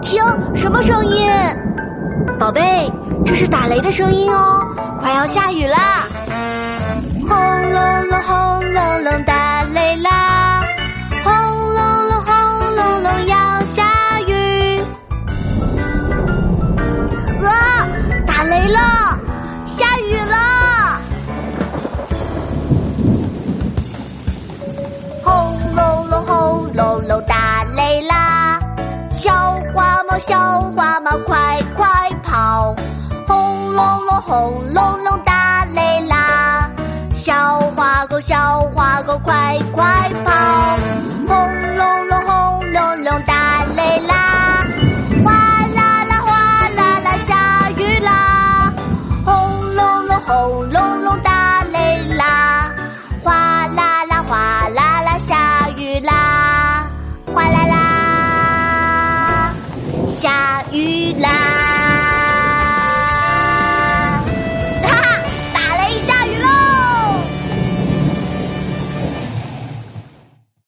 听，什么声音？ 宝贝，这是打雷的声音哦，快要下雨啦！ 轰隆隆，轰隆隆，打雷啦！轰隆隆，轰隆隆，要下雨！打雷了，下雨了！轰隆隆，轰隆隆，打雷啦！小花猫，小花猫，快快跑！轰隆隆，轰隆